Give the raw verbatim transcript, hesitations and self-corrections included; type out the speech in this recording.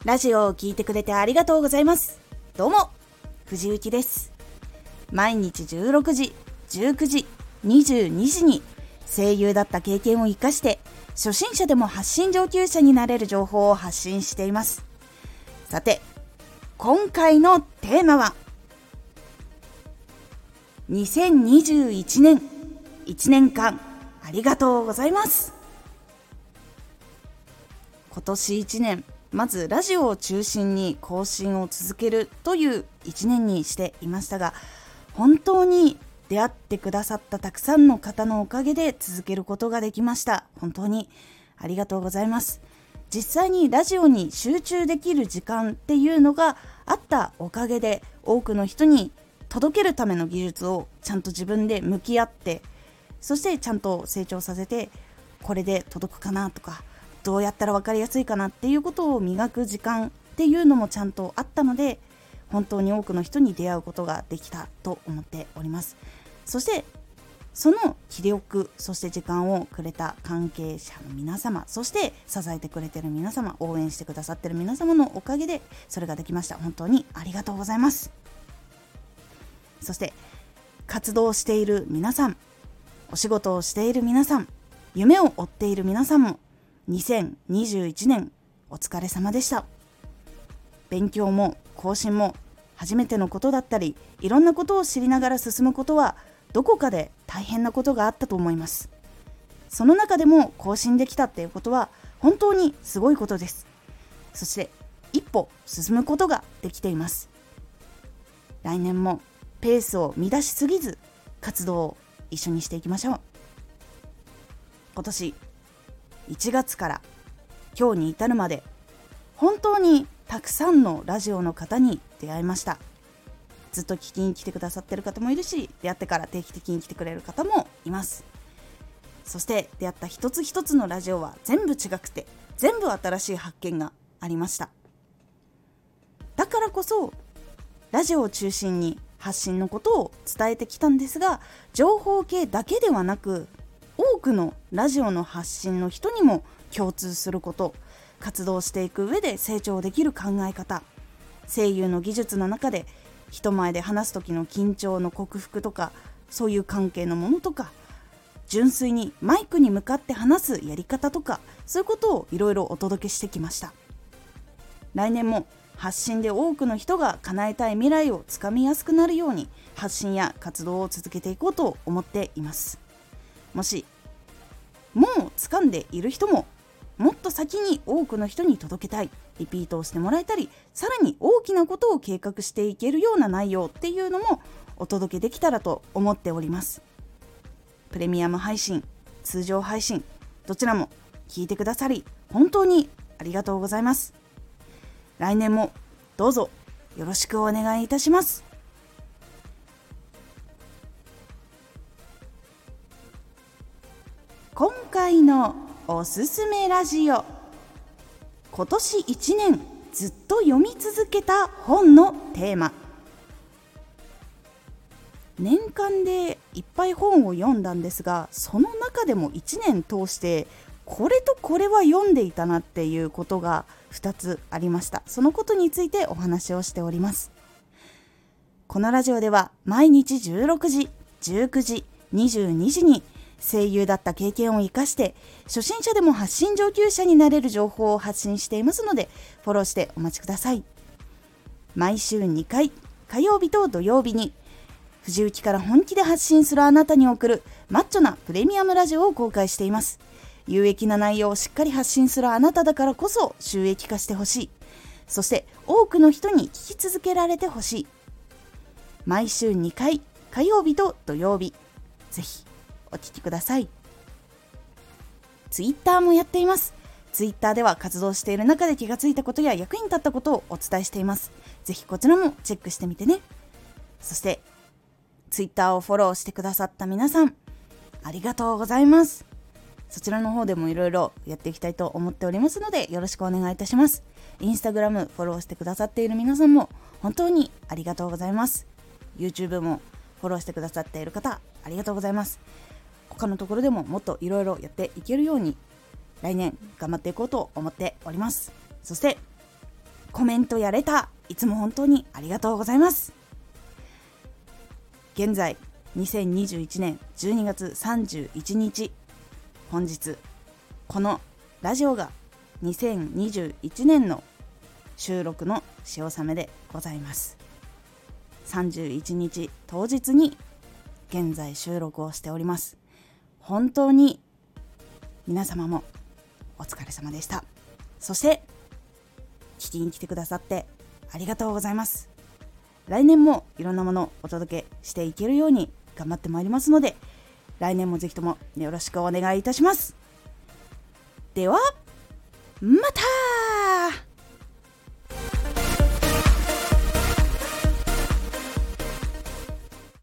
ラジオを聞いてくれてありがとうございます。どうも藤幸です。毎日じゅうろくじ、じゅうくじ、にじゅうにじに声優だった経験を生かして初心者でも発信上級者になれる情報を発信しています。さて、今回のテーマはにせんにじゅういちねんいちねんかんありがとうございます。今年いちねん、まずラジオを中心に更新を続けるといういちねんにしていましたが、本当に出会ってくださったたくさんの方のおかげで続けることができました。本当にありがとうございます。実際にラジオに集中できる時間っていうのがあったおかげで、多くの人に届けるための技術をちゃんと自分で向き合って、そしてちゃんと成長させて、これで届くかなとか、どうやったら分かりやすいかなっていうことを磨く時間っていうのもちゃんとあったので、本当に多くの人に出会うことができたと思っております。そしてその気力、そして時間をくれた関係者の皆様、そして支えてくれている皆様、応援してくださっている皆様のおかげでそれができました。本当にありがとうございます。そして活動している皆さん、お仕事をしている皆さん、夢を追っている皆さんもにせんにじゅういちねんお疲れ様でした。勉強も更新も初めてのことだったり、いろんなことを知りながら進むことはどこかで大変なことがあったと思います。その中でも更新できたっていうことは本当にすごいことです。そして一歩進むことができています。来年もペースを乱しすぎず活動を一緒にしていきましょう。今年いちがつから今日に至るまで、本当にたくさんのラジオの方に出会いました。ずっと聞きに来てくださってる方もいるし、出会ってから定期的に来てくれる方もいます。そして出会った一つ一つのラジオは全部違くて、全部新しい発見がありました。だからこそラジオを中心に発信のことを伝えてきたんですが、情報系だけではなく、多くのラジオの発信の人にも共通すること、活動していく上で成長できる考え方、声優の技術の中で人前で話す時の緊張の克服とか、そういう関係のものとか、純粋にマイクに向かって話すやり方とか、そういうことをいろいろお届けしてきました。来年も発信で多くの人が叶えたい未来をつかみやすくなるように、発信や活動を続けていこうと思っています。もしもう掴んでいる人も、もっと先に多くの人に届けたい、リピートをしてもらえたり、さらに大きなことを計画していけるような内容っていうのもお届けできたらと思っております。プレミアム配信、通常配信、どちらも聞いてくださり本当にありがとうございます。来年もどうぞよろしくお願いいたします。今回のおすすめラジオ、今年いちねんずっと読み続けた本のテーマ。年間でいっぱい本を読んだんですが、その中でもいちねん通してこれとこれは読んでいたなっていうことがふたつありました。そのことについてお話をしております。このラジオでは毎日じゅうろくじ、じゅうくじ、にじゅうにじに声優だった経験を生かして初心者でも発信上級者になれる情報を発信していますので、フォローしてお待ちください。毎週にかい、火曜日と土曜日に藤雪から本気で発信するあなたに送るマッチョなプレミアムラジオを公開しています。有益な内容をしっかり発信するあなただからこそ収益化してほしい。そして多くの人に聞き続けられてほしい。毎週にかい、火曜日と土曜日、ぜひお聞きください。ツイッターもやっています。ツイッターでは活動している中で気がついたことや役に立ったことをお伝えしています。ぜひこちらもチェックしてみてね。そしてツイッターをフォローしてくださった皆さん、ありがとうございます。そちらの方でもいろいろやっていきたいと思っておりますので、よろしくお願いいたします。インスタグラムフォローしてくださっている皆さんも本当にありがとうございます。 YouTube もフォローしてくださっている方、ありがとうございます。他のところでももっといろいろやっていけるように来年頑張っていこうと思っております。そしてコメントやレターいつも本当にありがとうございます。現在にせんにじゅういちねんじゅうにがつさんじゅういちにち、本日このラジオがにせんにじゅういちねんの収録のし納めでございます。さんじゅういちにち当日に現在収録をしております。本当に皆様もお疲れ様でした。そして聞きに来てくださってありがとうございます。来年もいろんなものをお届けしていけるように頑張ってまいりますので、来年もぜひともよろしくお願いいたします。ではまた。